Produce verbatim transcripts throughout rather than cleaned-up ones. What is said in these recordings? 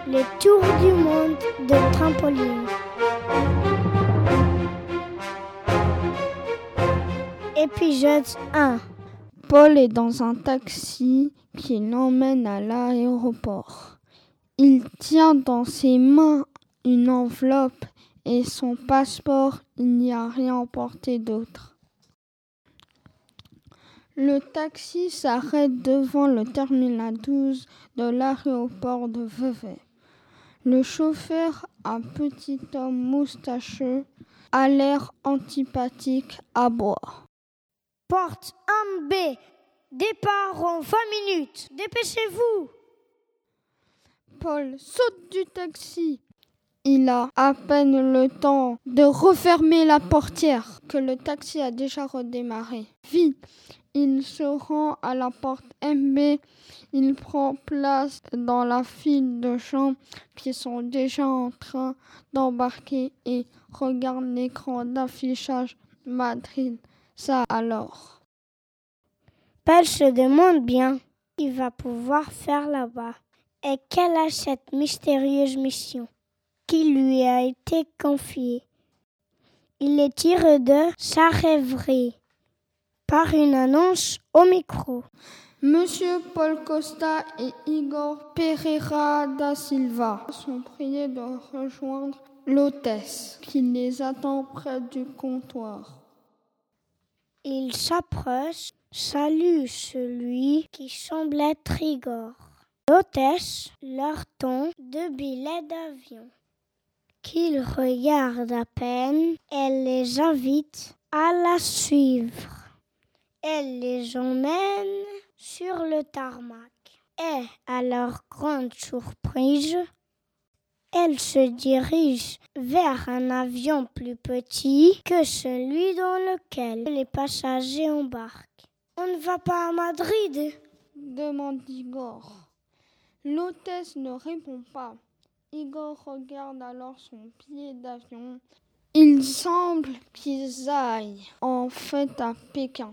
Le tour du monde de trampoline. Épisode un. Paul est dans un taxi qui l'emmène à l'aéroport. Il tient dans ses mains une enveloppe et son passeport. Il n'y a rien emporté d'autre. Le taxi s'arrête devant le terminal douze de l'aéroport de Vevey. Le chauffeur, un petit homme moustacheux, a l'air antipathique à boire. Porte un B, départ en vingt minutes, dépêchez-vous. Paul saute du taxi. Il a à peine le temps de refermer la portière que le taxi a déjà redémarré. Vite, il se rend à la porte M B. Il prend place dans la file de gens qui sont déjà en train d'embarquer et regarde l'écran d'affichage Madrid. Ça alors. Paul se demande bien ce qu'il va pouvoir faire là-bas et quelle est cette mystérieuse mission qui lui a été confiée. Il est tiré de sa rêverie par une annonce au micro. Monsieur Paul Costa et Igor Pereira da Silva sont priés de rejoindre l'hôtesse qui les attend près du comptoir. Il s'approche, salue celui qui semble être Igor. L'hôtesse leur tend deux billets d'avion qu'ils regardent à peine. Elle les invite à la suivre. Elle les emmène sur le tarmac. Et à leur grande surprise, elle se dirige vers un avion plus petit que celui dans lequel les passagers embarquent. « On ne va pas à Madrid ?» demande Igor. L'hôtesse ne répond pas. Igor regarde alors son billet d'avion. Il semble qu'ils aillent en fait à Pékin.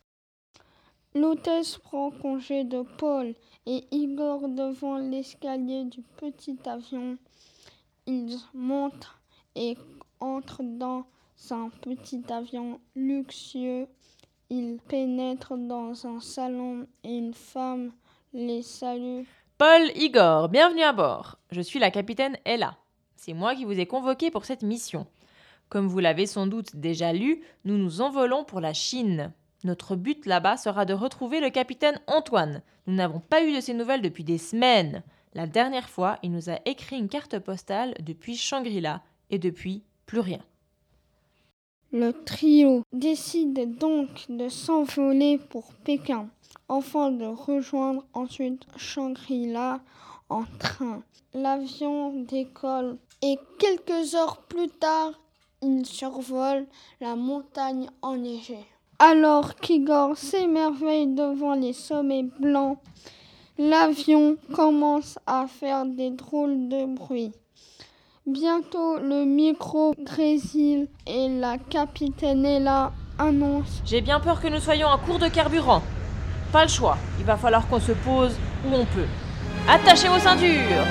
L'hôtesse prend congé de Paul et Igor devant l'escalier du petit avion. Ils montent et entrent dans un petit avion luxueux. Ils pénètrent dans un salon et une femme les salue. Paul, Igor, bienvenue à bord. Je suis la capitaine Ella. C'est moi qui vous ai convoqué pour cette mission. Comme vous l'avez sans doute déjà lu, nous nous envolons pour la Chine. Notre but là-bas sera de retrouver le capitaine Antoine. Nous n'avons pas eu de ses nouvelles depuis des semaines. La dernière fois, il nous a écrit une carte postale depuis Shangri-La et depuis, plus rien. Le trio décide donc de s'envoler pour Pékin, afin de rejoindre ensuite Shangri-La en train. L'avion décolle et quelques heures plus tard, il survole la montagne enneigée. Alors qu'Igor s'émerveille devant les sommets blancs, l'avion commence à faire des drôles de bruits. Bientôt, le micro grésille et la capitaine Ella annonce « J'ai bien peur que nous soyons à court de carburant. Pas le choix, il va falloir qu'on se pose où on peut. Attachez vos ceintures !»